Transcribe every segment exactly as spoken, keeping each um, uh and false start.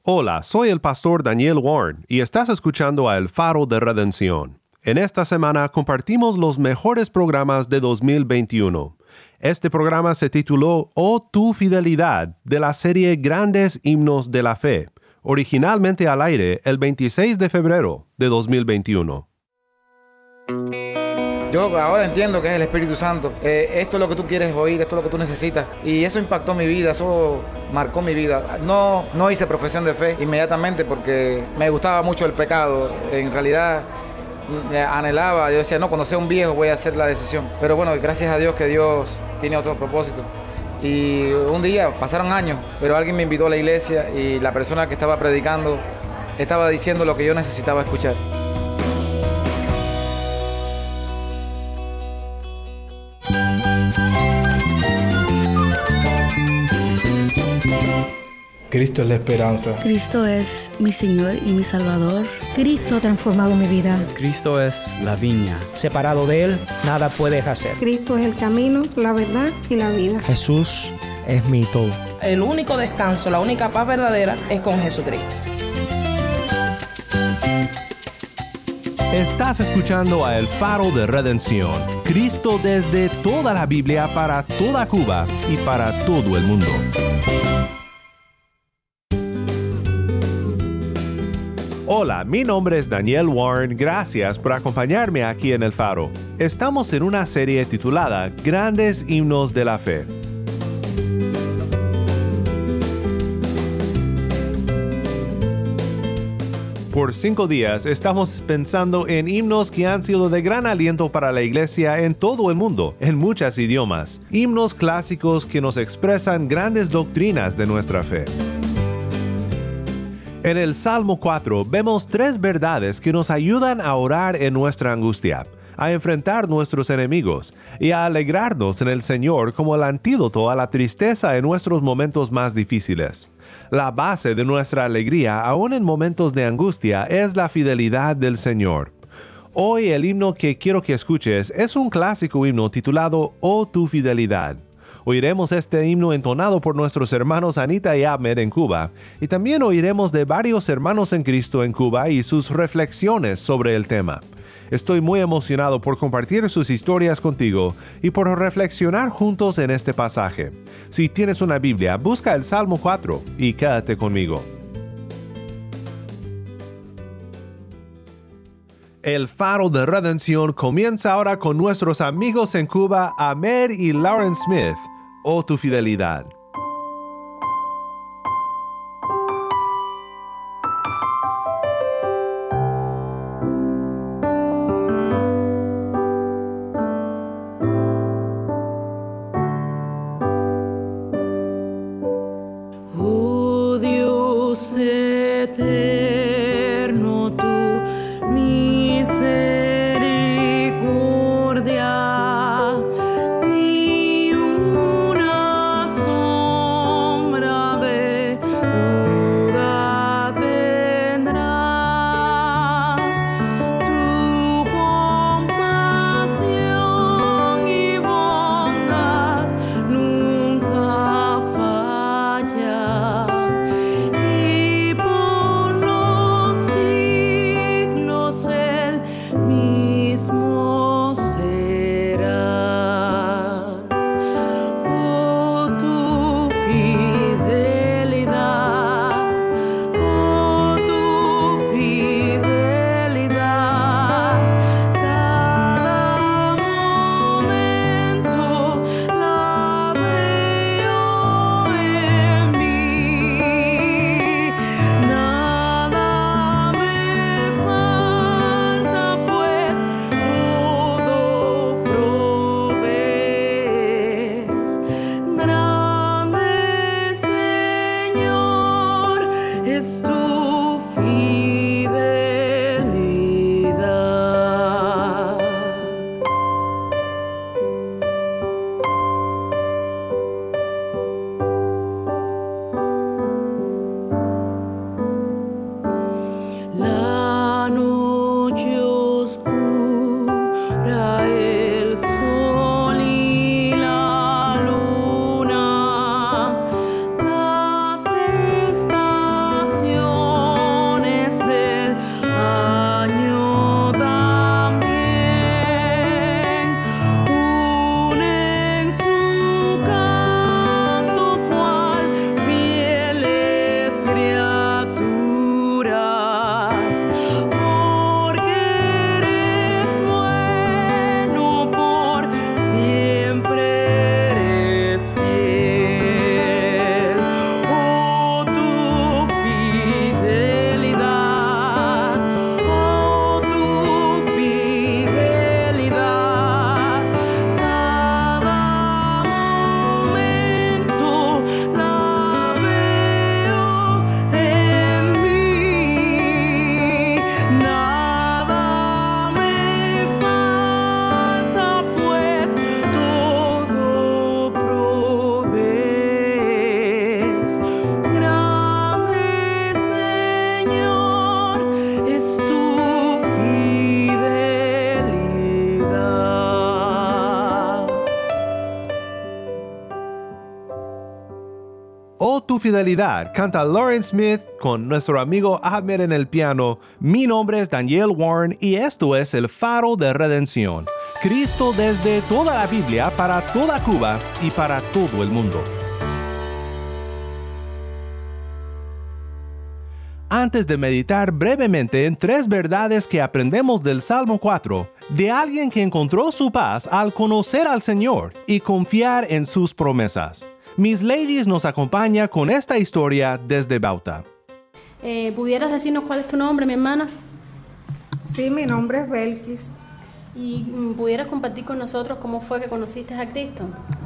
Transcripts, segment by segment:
Hola, soy el pastor Daniel Warren y estás escuchando a El Faro de Redención. En esta semana compartimos los mejores programas de dos mil veintiuno. Este programa se tituló Oh tu fidelidad, de la serie Grandes Himnos de la Fe, originalmente al aire el veintiséis de febrero de dos mil veintiuno. Yo ahora entiendo que es el Espíritu Santo. Eh, esto es lo que tú quieres oír, esto es lo que tú necesitas. Y eso impactó mi vida, eso marcó mi vida. No, no hice profesión de fe inmediatamente porque me gustaba mucho el pecado. En realidad anhelaba, yo decía, no, cuando sea un viejo voy a hacer la decisión. Pero bueno, gracias a Dios que Dios tiene otro propósito. Y un día, pasaron años, pero alguien me invitó a la iglesia y la persona que estaba predicando estaba diciendo lo que yo necesitaba escuchar. Cristo es la esperanza. Cristo es mi Señor y mi Salvador. Cristo ha transformado mi vida. Cristo es la viña. Separado de Él, nada puedes hacer. Cristo es el camino, la verdad y la vida. Jesús es mi todo. El único descanso, la única paz verdadera es con Jesucristo. Estás escuchando a El Faro de Redención. Cristo desde toda la Biblia para toda Cuba y para todo el mundo. Hola, mi nombre es Daniel Warren. Gracias por acompañarme aquí en El Faro. Estamos en una serie titulada Grandes Himnos de la Fe. Por cinco días estamos pensando en himnos que han sido de gran aliento para la iglesia en todo el mundo, en muchos idiomas. Himnos clásicos que nos expresan grandes doctrinas de nuestra fe. En el Salmo cuatro vemos tres verdades que nos ayudan a orar en nuestra angustia, a enfrentar nuestros enemigos y a alegrarnos en el Señor como el antídoto a la tristeza en nuestros momentos más difíciles. La base de nuestra alegría, aún en momentos de angustia, es la fidelidad del Señor. Hoy el himno que quiero que escuches es un clásico himno titulado Oh tu fidelidad. Oiremos este himno entonado por nuestros hermanos Anita y Ahmed en Cuba, y también oiremos de varios hermanos en Cristo en Cuba y sus reflexiones sobre el tema. Estoy muy emocionado por compartir sus historias contigo y por reflexionar juntos en este pasaje. Si tienes una Biblia, busca el Salmo cuatro y quédate conmigo. El Faro de Redención comienza ahora con nuestros amigos en Cuba, Ahmed y Lauren Smith. Oh tu fidelidad. Oh Dios eterno, tú misericordia, ni una sombra de duda tendrá. Tu compasión y bondad nunca falla, y por los siglos el mismo serás. Oh tu fidelidad, oh tu fidelidad, cada momento la veo en mí. Nada me falta, pues todo provees. Grande Señor es tu fidelidad. La noche oscura, el sol y la luna, las estaciones fidelidad canta Lauren Smith con nuestro amigo Ahmed en el piano. Mi nombre es Daniel Warren y esto es El Faro de Redención. Cristo desde toda la Biblia para toda Cuba y para todo el mundo. Antes de meditar brevemente en tres verdades que aprendemos del Salmo cuatro, de alguien que encontró su paz al conocer al Señor y confiar en sus promesas. Miss Ladies nos acompaña con esta historia desde Bauta. Eh, ¿Pudieras decirnos cuál es tu nombre, mi hermana? Sí, mi nombre es Belkis. ¿Y mm, pudieras compartir con nosotros cómo fue que conociste a Cristo?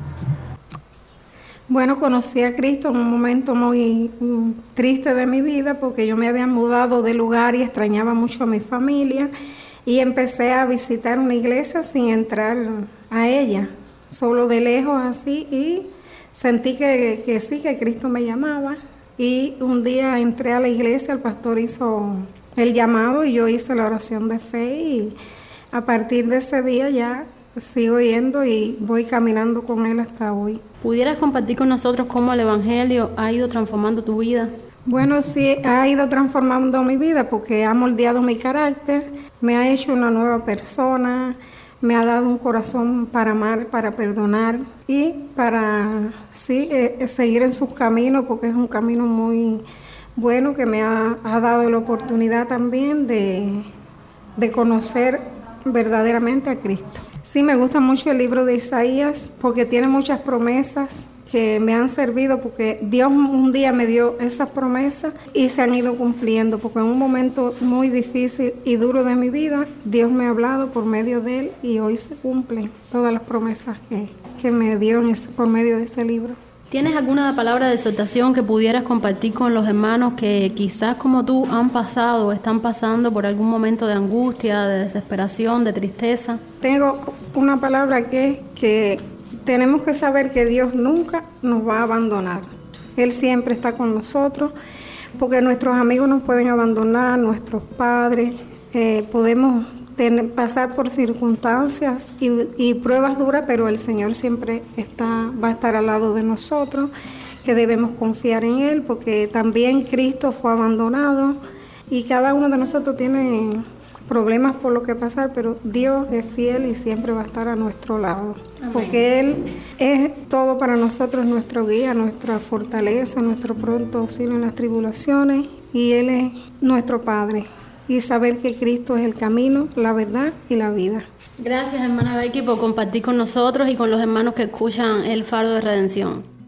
Bueno, conocí a Cristo en un momento muy mm, triste de mi vida porque yo me había mudado de lugar y extrañaba mucho a mi familia y empecé a visitar una iglesia sin entrar a ella, solo de lejos así, y sentí que, que sí, que Cristo me llamaba. Y un día entré a la iglesia, el pastor hizo el llamado y yo hice la oración de fe y a partir de ese día ya sigo yendo y voy caminando con él hasta hoy. ¿Pudieras compartir con nosotros cómo el Evangelio ha ido transformando tu vida? Bueno, sí, ha ido transformando mi vida porque ha moldeado mi carácter, me ha hecho una nueva persona, me ha dado un corazón para amar, para perdonar y para sí, eh, seguir en sus caminos porque es un camino muy bueno que me ha, ha dado la oportunidad también de, de conocer verdaderamente a Cristo. Sí, me gusta mucho el libro de Isaías porque tiene muchas promesas que me han servido porque Dios un día me dio esas promesas y se han ido cumpliendo porque en un momento muy difícil y duro de mi vida Dios me ha hablado por medio de él y hoy se cumplen todas las promesas que, que me dio en ese, por medio de ese libro. ¿Tienes alguna palabra de exhortación que pudieras compartir con los hermanos que quizás como tú han pasado o están pasando por algún momento de angustia, de desesperación, de tristeza? Tengo una palabra que es que tenemos que saber que Dios nunca nos va a abandonar. Él siempre está con nosotros, porque nuestros amigos nos pueden abandonar, nuestros padres, eh, podemos tener, pasar por circunstancias y, y pruebas duras, pero el Señor siempre está, va a estar al lado de nosotros, que debemos confiar en Él, porque también Cristo fue abandonado y cada uno de nosotros tiene problemas por lo que pasar, pero Dios es fiel y siempre va a estar a nuestro lado. Amén. Porque Él es todo para nosotros, nuestro guía, nuestra fortaleza, nuestro pronto auxilio en las tribulaciones, y Él es nuestro Padre. Y saber que Cristo es el camino, la verdad y la vida. Gracias, hermana Becky, por compartir con nosotros y con los hermanos que escuchan El Faro de Redención.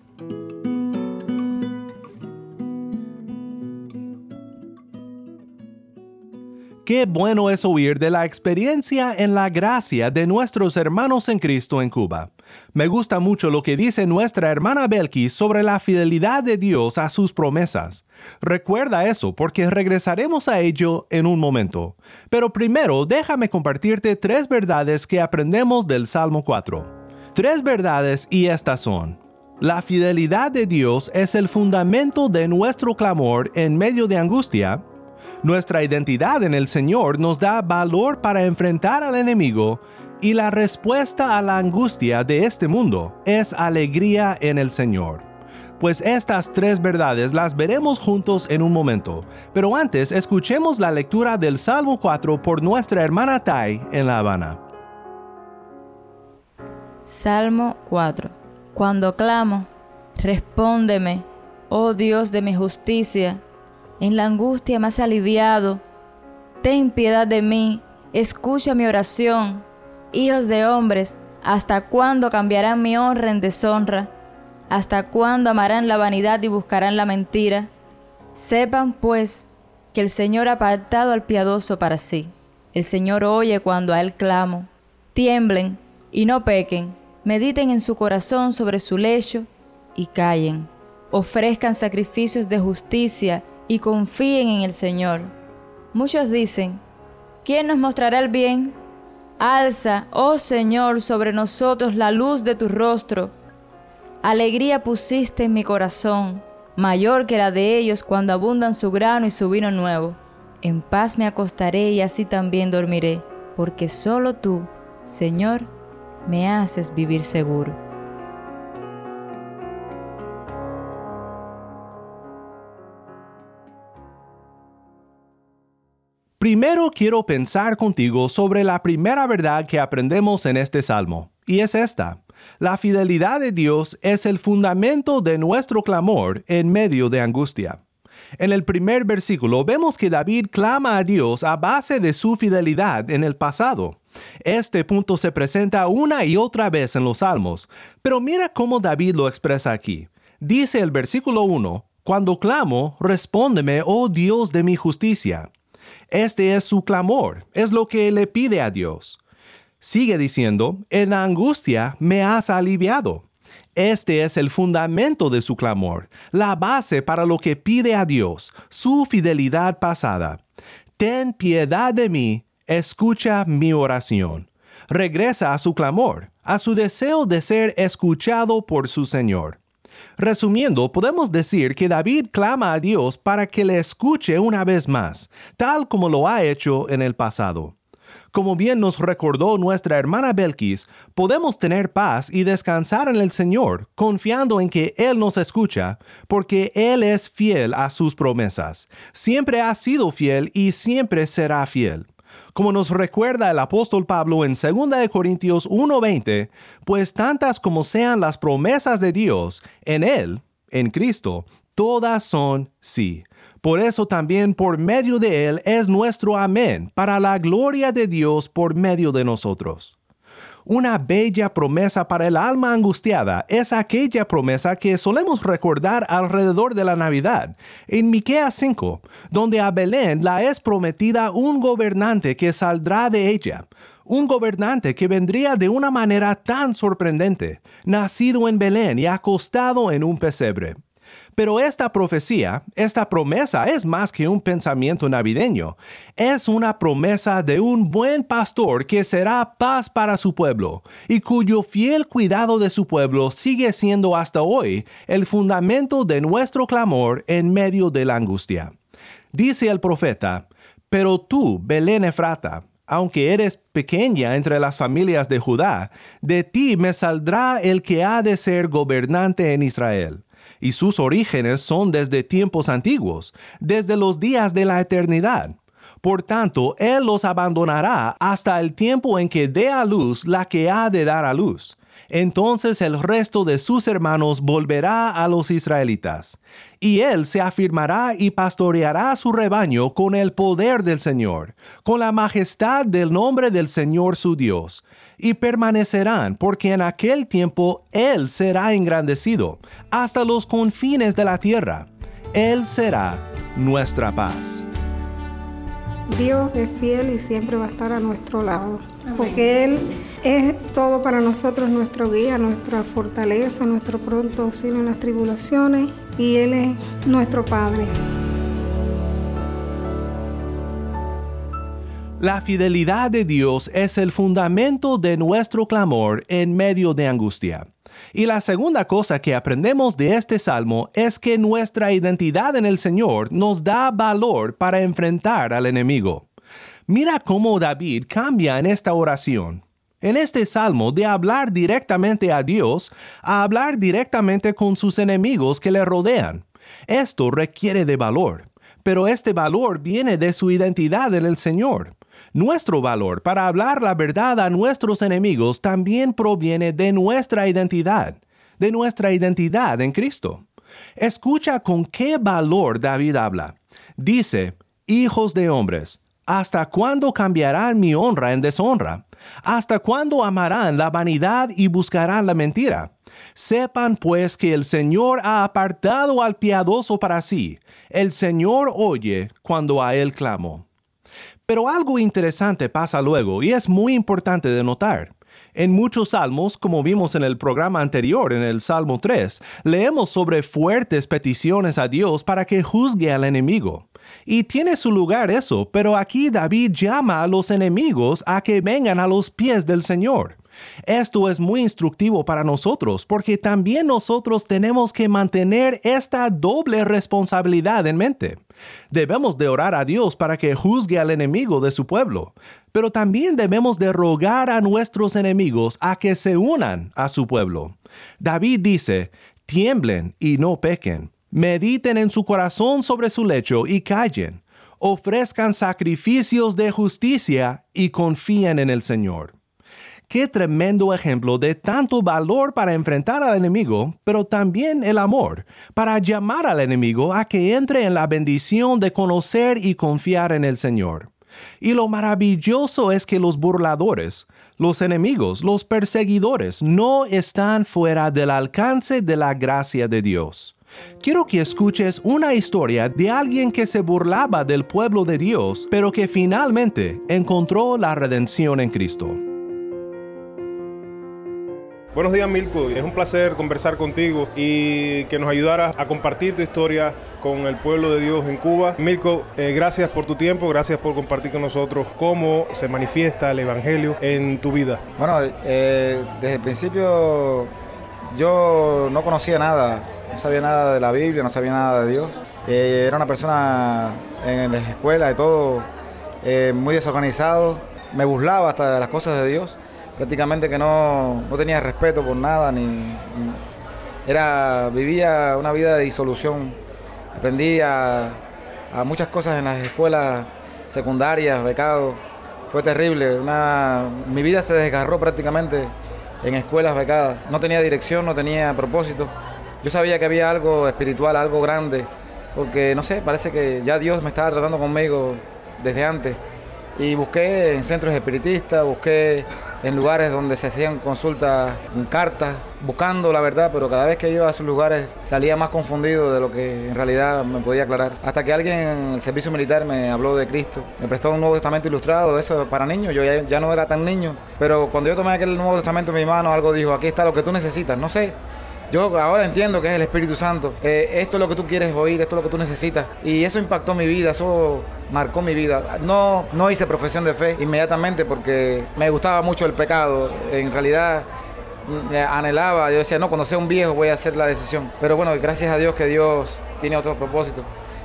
Qué bueno es oír de la experiencia en la gracia de nuestros hermanos en Cristo en Cuba. Me gusta mucho lo que dice nuestra hermana Belkis sobre la fidelidad de Dios a sus promesas. Recuerda eso porque regresaremos a ello en un momento. Pero primero déjame compartirte tres verdades que aprendemos del Salmo cuatro. Tres verdades y estas son: la fidelidad de Dios es el fundamento de nuestro clamor en medio de angustia. Nuestra identidad en el Señor nos da valor para enfrentar al enemigo y la respuesta a la angustia de este mundo es alegría en el Señor. Pues estas tres verdades las veremos juntos en un momento, pero antes escuchemos la lectura del Salmo cuatro por nuestra hermana Tai en La Habana. Salmo cuatro. Cuando clamo, respóndeme, oh Dios de mi justicia. En la angustia me has aliviado. Ten piedad de mí, escucha mi oración. Hijos de hombres, ¿hasta cuándo cambiarán mi honra en deshonra? ¿Hasta cuándo amarán la vanidad y buscarán la mentira? Sepan, pues, que el Señor ha apartado al piadoso para sí. El Señor oye cuando a Él clamo. Tiemblen y no pequen, mediten en su corazón sobre su lecho y callen. Ofrezcan sacrificios de justicia y confíen en el Señor. Muchos dicen, ¿quién nos mostrará el bien? Alza, oh Señor, sobre nosotros la luz de tu rostro. Alegría pusiste en mi corazón, mayor que la de ellos cuando abundan su grano y su vino nuevo. En paz me acostaré y así también dormiré, porque solo tú, Señor, me haces vivir seguro. Primero quiero pensar contigo sobre la primera verdad que aprendemos en este salmo, y es esta. La fidelidad de Dios es el fundamento de nuestro clamor en medio de angustia. En el primer versículo vemos que David clama a Dios a base de su fidelidad en el pasado. Este punto se presenta una y otra vez en los Salmos, pero mira cómo David lo expresa aquí. Dice el versículo uno, «Cuando clamo, respóndeme, oh Dios de mi justicia». Este es su clamor, es lo que le pide a Dios. Sigue diciendo, «En la angustia me has aliviado». Este es el fundamento de su clamor, la base para lo que pide a Dios, su fidelidad pasada. «Ten piedad de mí, escucha mi oración». Regresa a su clamor, a su deseo de ser escuchado por su Señor. Resumiendo, podemos decir que David clama a Dios para que le escuche una vez más, tal como lo ha hecho en el pasado. Como bien nos recordó nuestra hermana Belkis, podemos tener paz y descansar en el Señor, confiando en que Él nos escucha, porque Él es fiel a sus promesas. Siempre ha sido fiel y siempre será fiel. Como nos recuerda el apóstol Pablo en segunda de Corintios uno veinte, pues tantas como sean las promesas de Dios, en Él, en Cristo, todas son sí. Por eso también por medio de Él es nuestro amén, para la gloria de Dios por medio de nosotros. Una bella promesa para el alma angustiada es aquella promesa que solemos recordar alrededor de la Navidad, en Miqueas cinco, donde a Belén la es prometida un gobernante que saldrá de ella, un gobernante que vendría de una manera tan sorprendente, nacido en Belén y acostado en un pesebre. Pero esta profecía, esta promesa es más que un pensamiento navideño. Es una promesa de un buen pastor que será paz para su pueblo y cuyo fiel cuidado de su pueblo sigue siendo hasta hoy el fundamento de nuestro clamor en medio de la angustia. Dice el profeta, «Pero tú, Belén Efrata, aunque eres pequeña entre las familias de Judá, de ti me saldrá el que ha de ser gobernante en Israel. Y sus orígenes son desde tiempos antiguos, desde los días de la eternidad. Por tanto, Él los abandonará hasta el tiempo en que dé a luz la que ha de dar a luz. Entonces el resto de sus hermanos volverá a los israelitas. Y Él se afirmará y pastoreará su rebaño con el poder del Señor, con la majestad del nombre del Señor su Dios. Y permanecerán, porque en aquel tiempo Él será engrandecido, hasta los confines de la tierra. Él será nuestra paz». Dios es fiel y siempre va a estar a nuestro lado, porque Él es todo para nosotros, nuestro guía, nuestra fortaleza, nuestro pronto auxilio en las tribulaciones, y Él es nuestro Padre. La fidelidad de Dios es el fundamento de nuestro clamor en medio de angustia. Y la segunda cosa que aprendemos de este salmo es que nuestra identidad en el Señor nos da valor para enfrentar al enemigo. Mira cómo David cambia en esta oración. En este salmo, de hablar directamente a Dios a hablar directamente con sus enemigos que le rodean. Esto requiere de valor, pero este valor viene de su identidad en el Señor. Nuestro valor para hablar la verdad a nuestros enemigos también proviene de nuestra identidad, de nuestra identidad en Cristo. Escucha con qué valor David habla. Dice, «Hijos de hombres, ¿hasta cuándo cambiarán mi honra en deshonra? ¿Hasta cuándo amarán la vanidad y buscarán la mentira? Sepan pues que el Señor ha apartado al piadoso para sí. El Señor oye cuando a Él clamo». Pero algo interesante pasa luego y es muy importante de notar. En muchos salmos, como vimos en el programa anterior, en el Salmo tres, leemos sobre fuertes peticiones a Dios para que juzgue al enemigo. Y tiene su lugar eso, pero aquí David llama a los enemigos a que vengan a los pies del Señor. Esto es muy instructivo para nosotros, porque también nosotros tenemos que mantener esta doble responsabilidad en mente. Debemos de orar a Dios para que juzgue al enemigo de su pueblo, pero también debemos de rogar a nuestros enemigos a que se unan a su pueblo. David dice, «Tiemblen y no pequen, mediten en su corazón sobre su lecho y callen. ofrezcan sacrificios de justicia y confíen en el Señor. Qué tremendo ejemplo de tanto valor para enfrentar al enemigo, pero también el amor, para llamar al enemigo a que entre en la bendición de conocer y confiar en el Señor. Y lo maravilloso es que los burladores, los enemigos, los perseguidores, no están fuera del alcance de la gracia de Dios. Quiero que escuches una historia de alguien que se burlaba del pueblo de Dios, pero que finalmente encontró la redención en Cristo. Buenos días, Milko. Es un placer conversar contigo y que nos ayudaras a compartir tu historia con el pueblo de Dios en Cuba. Milko, eh, gracias por tu tiempo, gracias por compartir con nosotros cómo se manifiesta el Evangelio en tu vida. Bueno, eh, desde el principio yo no conocía nada, no sabía nada de la Biblia, no sabía nada de Dios. Eh, era una persona en la escuela y todo, eh, muy desorganizado, me burlaba hasta de las cosas de Dios. Prácticamente que no, no tenía respeto por nada, ni, ni era, vivía una vida de disolución. Aprendí a, a muchas cosas en las escuelas secundarias, becados. Fue terrible. Una, mi vida se desgarró prácticamente en escuelas becadas. No tenía dirección, no tenía propósito. Yo sabía que había algo espiritual, algo grande, porque no sé, parece que ya Dios me estaba tratando conmigo desde antes. Y busqué en centros espiritistas, busqué en lugares donde se hacían consultas con cartas, buscando la verdad, pero cada vez que iba a esos lugares salía más confundido de lo que en realidad me podía aclarar. Hasta que alguien en el servicio militar me habló de Cristo, me prestó un Nuevo Testamento ilustrado, eso para niños, yo ya, ya no era tan niño, pero cuando yo tomé aquel Nuevo Testamento en mi mano, algo dijo, aquí está lo que tú necesitas, no sé. Yo ahora entiendo que es el Espíritu Santo. Eh, esto es lo que tú quieres oír, esto es lo que tú necesitas. Y eso impactó mi vida, eso marcó mi vida. No, no hice profesión de fe inmediatamente porque me gustaba mucho el pecado. En realidad anhelaba, yo decía, no, cuando sea un viejo voy a hacer la decisión. Pero bueno, gracias a Dios que Dios tiene otro propósito.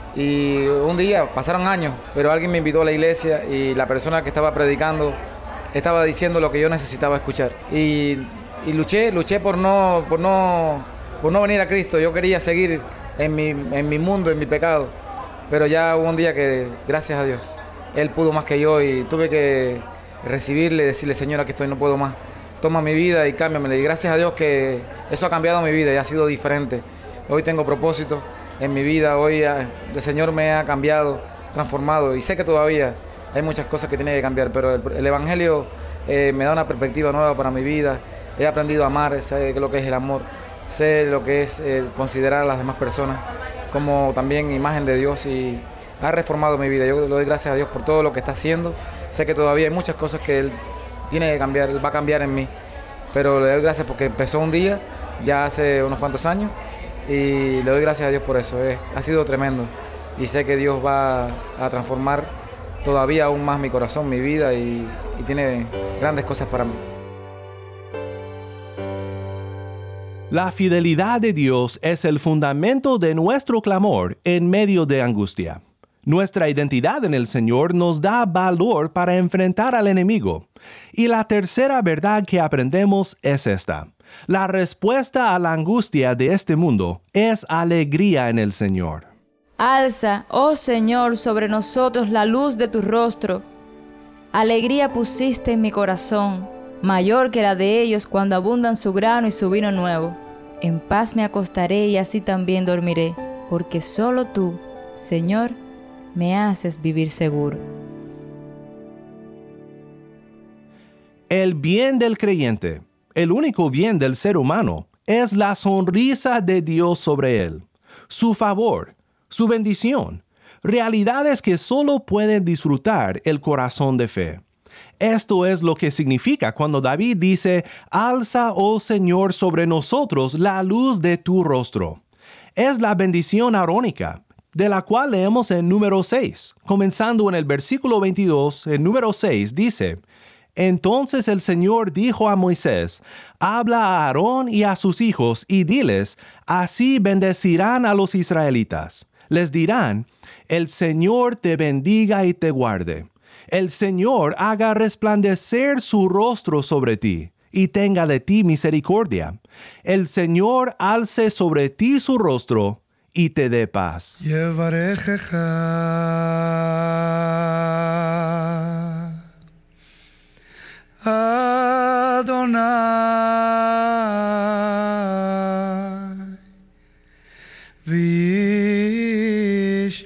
Y un día, pasaron años, pero alguien me invitó a la iglesia y la persona que estaba predicando estaba diciendo lo que yo necesitaba escuchar. Y... Y luché, luché por no, por no, por no venir a Cristo. Yo quería seguir en mi, en mi mundo, en mi pecado. Pero ya hubo un día que, gracias a Dios, Él pudo más que yo y tuve que recibirle y decirle, Señor, aquí estoy, no puedo más. Toma mi vida y cámbiamela. Y gracias a Dios que eso ha cambiado mi vida y ha sido diferente. Hoy tengo propósito en mi vida. Hoy el Señor me ha cambiado, transformado. Y sé que todavía hay muchas cosas que tiene que cambiar. Pero el, el Evangelio eh, me da una perspectiva nueva para mi vida. He aprendido a amar, sé lo que es el amor, sé lo que es eh, considerar a las demás personas como también imagen de Dios y ha reformado mi vida. Yo le doy gracias a Dios por todo lo que está haciendo. Sé que todavía hay muchas cosas que Él tiene que cambiar, Él va a cambiar en mí. Pero le doy gracias porque empezó un día, ya hace unos cuantos años, y le doy gracias a Dios por eso. Es, ha sido tremendo y sé que Dios va a transformar todavía aún más mi corazón, mi vida y, y tiene grandes cosas para mí. La fidelidad de Dios es el fundamento de nuestro clamor en medio de angustia. Nuestra identidad en el Señor nos da valor para enfrentar al enemigo. Y la tercera verdad que aprendemos es esta. La respuesta a la angustia de este mundo es alegría en el Señor. Alza, oh Señor, sobre nosotros la luz de tu rostro. Alegría pusiste en mi corazón, mayor que la de ellos cuando abundan su grano y su vino nuevo. En paz me acostaré y así también dormiré, porque solo tú, Señor, me haces vivir seguro. El bien del creyente, el único bien del ser humano, es la sonrisa de Dios sobre él, su favor, su bendición, realidades que solo puede disfrutar el corazón de fe. Esto es lo que significa cuando David dice, alza, oh Señor, sobre nosotros la luz de tu rostro. Es la bendición arónica, de la cual leemos en número seis. Comenzando en el versículo veintidós, en número seis dice, entonces el Señor dijo a Moisés, habla a Aarón y a sus hijos y diles, así bendecirán a los israelitas. Les dirán, el Señor te bendiga y te guarde. El Señor haga resplandecer su rostro sobre ti, y tenga de ti misericordia. El Señor alce sobre ti su rostro, y te dé paz. Adonai vish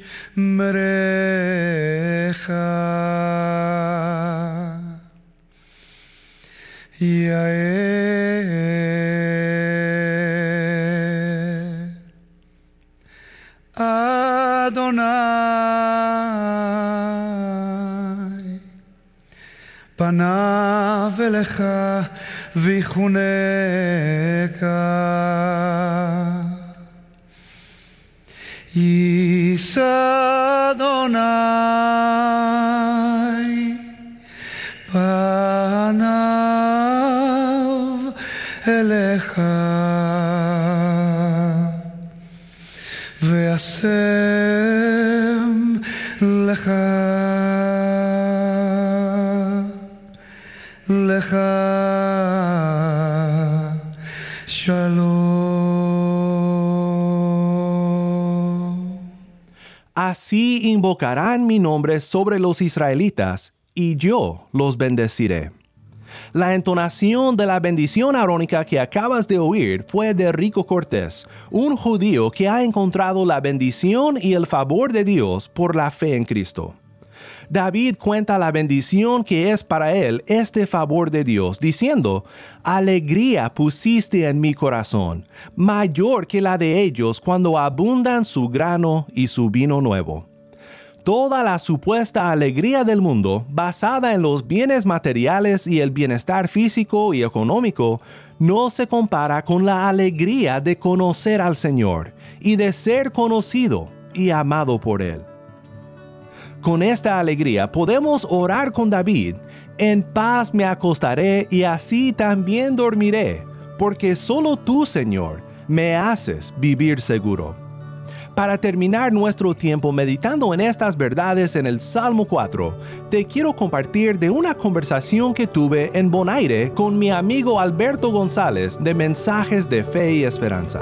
merecha yael Adonai panav elecha vichuneka Yis Adonai panav elecha ve'asem lecha lecha shalom. Así invocarán mi nombre sobre los israelitas, y yo los bendeciré. La entonación de la bendición arónica que acabas de oír fue de Rico Cortés, un judío que ha encontrado la bendición y el favor de Dios por la fe en Cristo. David cuenta la bendición que es para él este favor de Dios, diciendo: alegría pusiste en mi corazón, mayor que la de ellos cuando abundan su grano y su vino nuevo. Toda la supuesta alegría del mundo, basada en los bienes materiales y el bienestar físico y económico, no se compara con la alegría de conocer al Señor y de ser conocido y amado por Él. Con esta alegría podemos orar con David: en paz me acostaré y así también dormiré, porque solo tú, Señor, me haces vivir seguro. Para terminar nuestro tiempo meditando en estas verdades en el Salmo cuatro, te quiero compartir de una conversación que tuve en Bonaire con mi amigo Alberto González de Mensajes de Fe y Esperanza.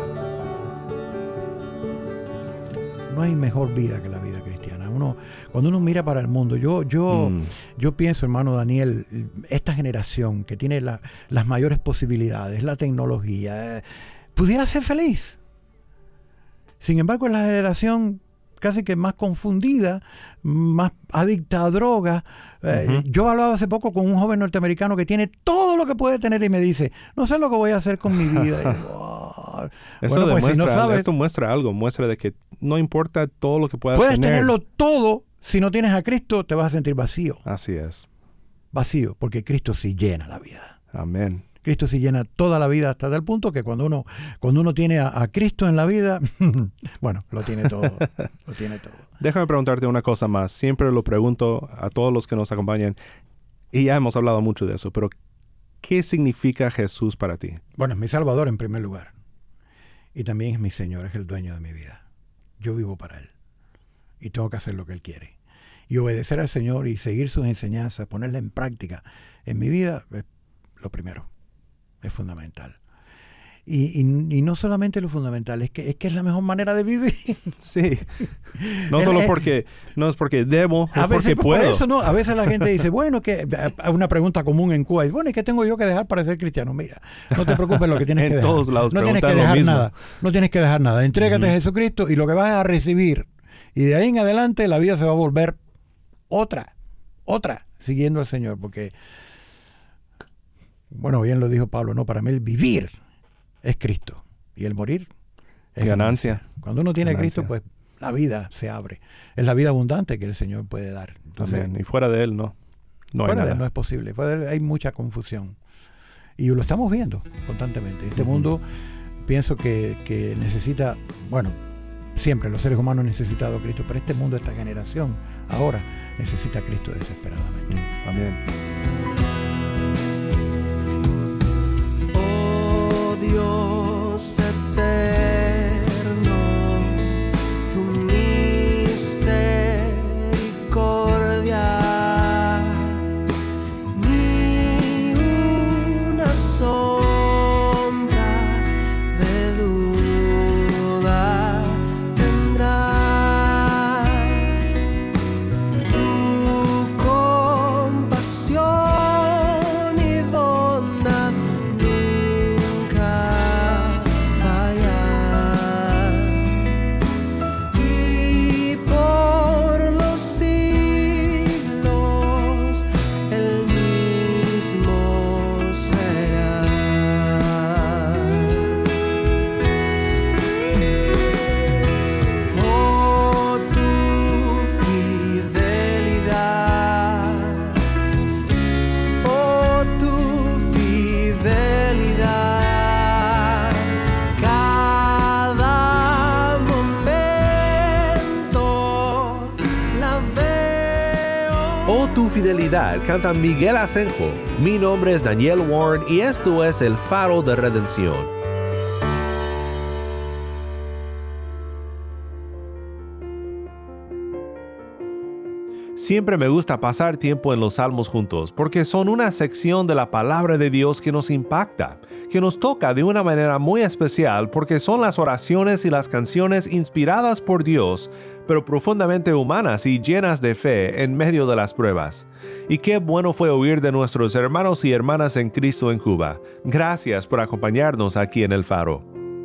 No hay mejor vida que la vida cristiana. Uno, cuando uno mira para el mundo, yo, yo, mm. yo pienso, hermano Daniel, esta generación que tiene la, las mayores posibilidades, la tecnología, eh, pudiera ser feliz. Sin embargo, es la generación casi que más confundida, más adicta a drogas. Eh, uh-huh. Yo hablaba hace poco con un joven norteamericano que tiene todo lo que puede tener y me dice: no sé lo que voy a hacer con mi vida. Y digo, oh. Eso bueno, pues, demuestra, si no sabes, esto muestra algo, muestra de que no importa todo lo que puedas puedes tener. Puedes tenerlo todo, si no tienes a Cristo te vas a sentir vacío. Así es. Vacío, porque Cristo sí llena la vida. Amén. Cristo sí llena toda la vida hasta tal punto que cuando uno, cuando uno tiene a, a Cristo en la vida, bueno, lo tiene todo, lo tiene todo. Déjame preguntarte una cosa más. Siempre lo pregunto a todos los que nos acompañan, y ya hemos hablado mucho de eso, pero ¿qué significa Jesús para ti? Bueno, es mi Salvador en primer lugar. Y también es mi Señor, es el dueño de mi vida. Yo vivo para Él. Y tengo que hacer lo que Él quiere. Y obedecer al Señor y seguir sus enseñanzas, ponerlas en práctica en mi vida, es lo primero. Es fundamental. Y, y, y no solamente lo fundamental, es que es que es la mejor manera de vivir. Sí. No solo porque no es porque debo, es a veces, porque puedo. Por eso, ¿no? A veces la gente dice, bueno, que una pregunta común en Cuba es, bueno, ¿y qué tengo yo que dejar para ser cristiano? Mira, no te preocupes lo que tienes en que dejar. todos lados no tienes que dejar nada. No tienes que dejar nada. Entrégate uh-huh. a Jesucristo y lo que vas a recibir. Y de ahí en adelante la vida se va a volver otra, otra, siguiendo al Señor, porque bueno, bien lo dijo Pablo, no, para mí el vivir es Cristo y el morir es ganancia. ganancia. Cuando uno tiene ganancia. a Cristo, pues la vida se abre. Es la vida abundante que el Señor puede dar. Entonces, Amén. Y fuera de Él no, no hay fuera nada. de Él no es posible. Fuera de Él hay mucha confusión. Y lo estamos viendo constantemente. Este uh-huh. mundo pienso que, que necesita, bueno, siempre los seres humanos han necesitado a Cristo, pero este mundo, esta generación, ahora necesita a Cristo desesperadamente. Uh-huh. Amén. Dios eterno, tu misericordia, ni una sombra de duda Oh tu fidelidad canta Miguel Asenjo. Mi nombre es Daniel Warren y esto es El Faro de Redención. Siempre me gusta pasar tiempo en los salmos juntos porque son una sección de la palabra de Dios que nos impacta, que nos toca de una manera muy especial porque son las oraciones y las canciones inspiradas por Dios, pero profundamente humanas y llenas de fe en medio de las pruebas. Y qué bueno fue oír de nuestros hermanos y hermanas en Cristo en Cuba. Gracias por acompañarnos aquí en El Faro.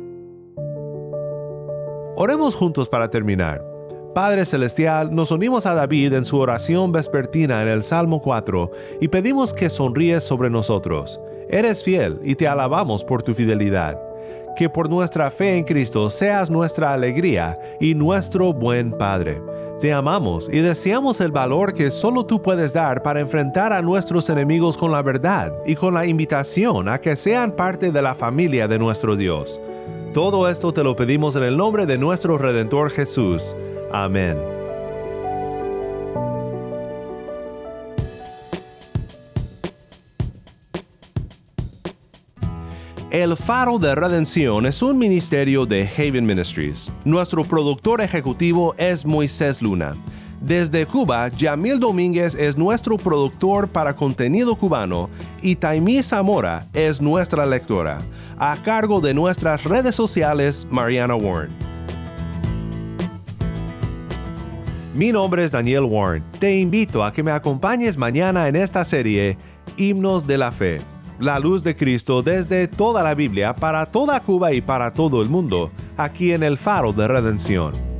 Oremos juntos para terminar. Padre Celestial, nos unimos a David en su oración vespertina en el Salmo cuatro y pedimos que sonríes sobre nosotros. Eres fiel y te alabamos por tu fidelidad. Que por nuestra fe en Cristo seas nuestra alegría y nuestro buen Padre. Te amamos y deseamos el valor que solo tú puedes dar para enfrentar a nuestros enemigos con la verdad y con la invitación a que sean parte de la familia de nuestro Dios. Todo esto te lo pedimos en el nombre de nuestro Redentor Jesús. Amén. El Faro de Redención es un ministerio de Haven Ministries. Nuestro productor ejecutivo es Moisés Luna. Desde Cuba, Yamil Domínguez es nuestro productor para contenido cubano y Taimí Zamora es nuestra lectora. A cargo de nuestras redes sociales, Mariana Warren. Mi nombre es Daniel Warren. Te invito a que me acompañes mañana en esta serie Himnos de la Fe. La luz de Cristo desde toda la Biblia para toda Cuba y para todo el mundo, aquí en el Faro de Redención.